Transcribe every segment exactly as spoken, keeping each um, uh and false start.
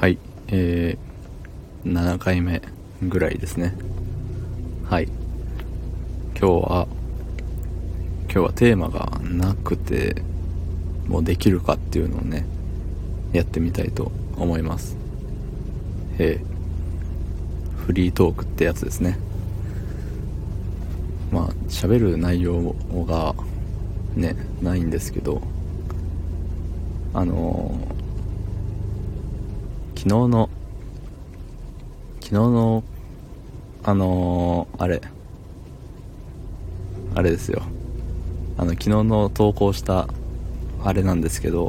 はい、えー、ななかいめぐらいですね。はい、今日は今日はテーマがなくてもうできるかっていうのをねやってみたいと思います。えー、フリートークってやつですね。まあ喋る内容がねないんですけど、あのー、昨日の昨日のあのー、あれあれですよあの昨日の投稿したあれなんですけど、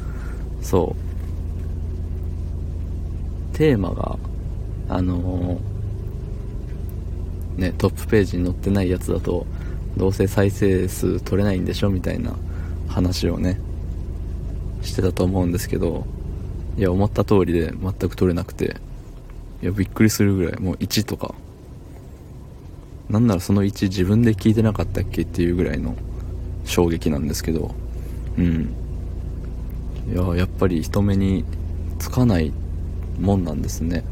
そうテーマがあのー、ねトップページに載ってないやつだとどうせ再生数取れないんでしょみたいな話をねしてたと思うんですけど、いや思った通りで全く取れなくて、いやびっくりするぐらい、もういちとか、なんならそのいち自分で聞いてなかったっけっていうぐらいの衝撃なんですけど、うんいややっぱり人目につかないもんなんですね。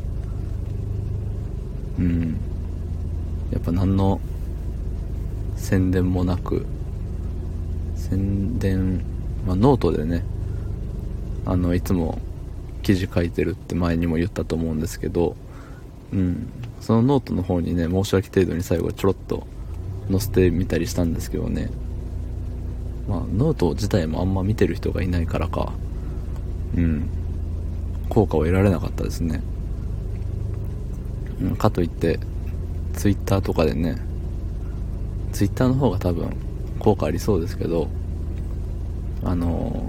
うんやっぱ何の宣伝もなく、宣伝、まあ、ノートでねあのいつも記事書いてるって前にも言ったと思うんですけど、うんそのノートの方にね申し訳程度に最後ちょろっと載せてみたりしたんですけどね、まあノート自体もあんま見てる人がいないからか、うん効果を得られなかったですね。うん、かといってツイッターとかでね、ツイッターの方が多分効果ありそうですけど、あの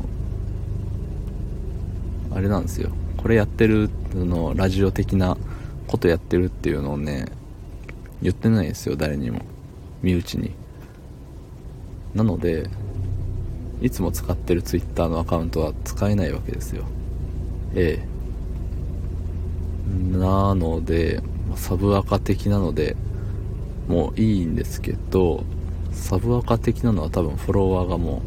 ー、あれなんですよ、これやってるのラジオ的なことやってるっていうのをね言ってないですよ、誰にも、身内に。なのでいつも使ってるツイッターのアカウントは使えないわけですよ。ええなのでサブアカ的なのでもういいんですけど、サブアカ的なのは多分フォロワーがも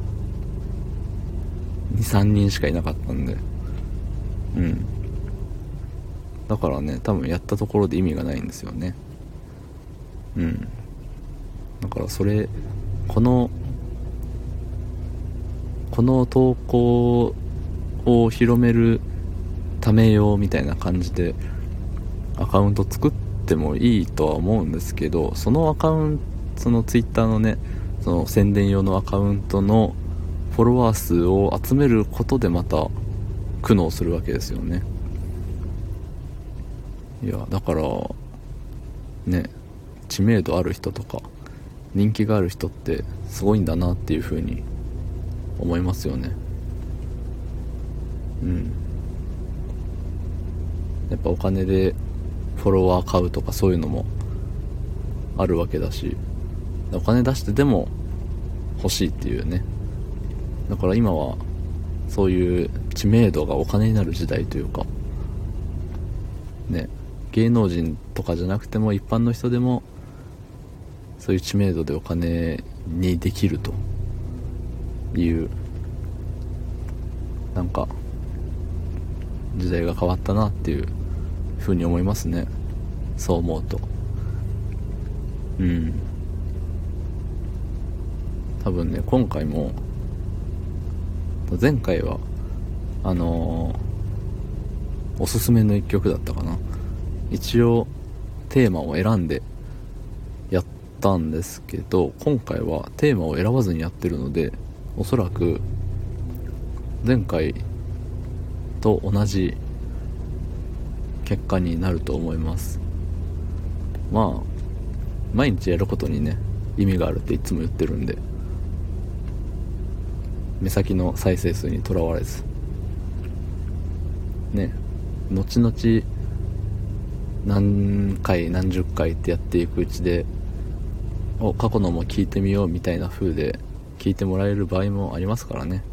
う に,さん 人しかいなかったんで、うんだからね多分やったところで意味がないんですよね。うんだからそれこのこの投稿を広めるためよみたいな感じでアカウント作ってもいいとは思うんですけど、そのアカウント、そのツイッターのねその宣伝用のアカウントのフォロワー数を集めることでまた苦悩するわけですよね。いやだからね知名度ある人とか人気がある人ってすごいんだなっていう風に思いますよね。うんやっぱお金でフォロワー買うとかそういうのもあるわけだし、お金出してでも欲しいっていうね。だから今はそういう知名度がお金になる時代というかね、芸能人とかじゃなくても一般の人でもそういう知名度でお金にできるというなんか時代が変わったなっていう風に思いますね、そう思うと。うん多分ね今回も前回はあのー、おすすめの一曲だったかな、一応テーマを選んでやったんですけど、今回はテーマを選ばずにやってるのでおそらく前回と同じ結果になると思います。まあ毎日やることにね意味があるっていつも言ってるんで、目先の再生数にとらわれずね、後々何回何十回ってやっていくうちでお過去のも聞いてみようみたいな風で聞いてもらえる場合もありますからね。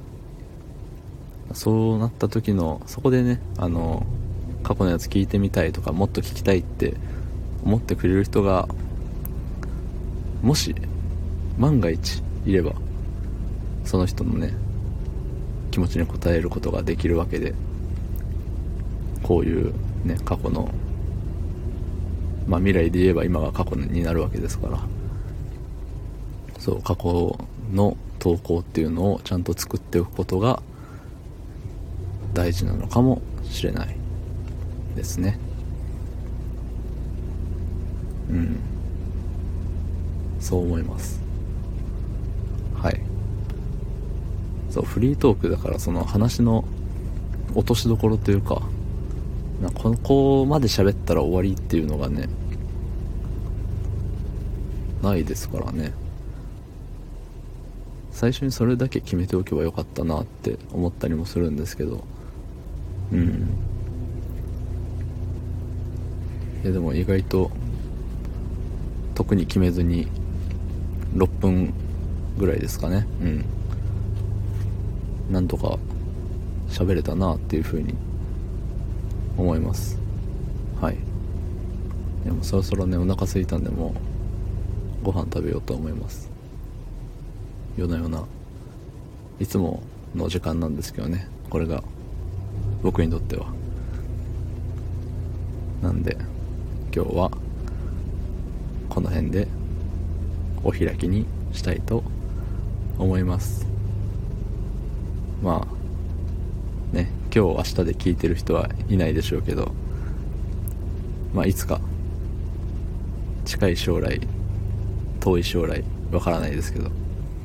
そうなった時のそこでねあの過去のやつ聞いてみたいとかもっと聞きたいって思ってくれる人がもし万が一いればその人のね気持ちに応えることができるわけで、 こういうね過去の、まあ未来で言えば今が過去になるわけですから、そう過去の投稿っていうのをちゃんと作っておくことが大事なのかもしれないですね。うん、そう思います。はい。そうフリートークだから、その話の落としどころというか、なここまで喋ったら終わりっていうのがねないですからね。最初にそれだけ決めておけばよかったなって思ったりもするんですけど、うんいやでも意外と特に決めずにろっぷんぐらいですかね、うんなんとか喋れたなっていう風に思います。はい。でもそろそろねお腹空いたんで、もうご飯食べようと思います。夜な夜ないつもの時間なんですけどね、これが僕にとっては。なんで今日はこの辺でお開きにしたいと思います。まあね、今日明日で聞いてる人はいないでしょうけど、まあいつか近い将来遠い将来わからないですけど、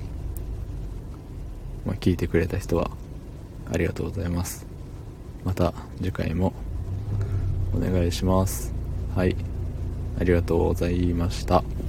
まあ、聞いてくれた人はありがとうございます。また次回もお願いします。はい、ありがとうございました。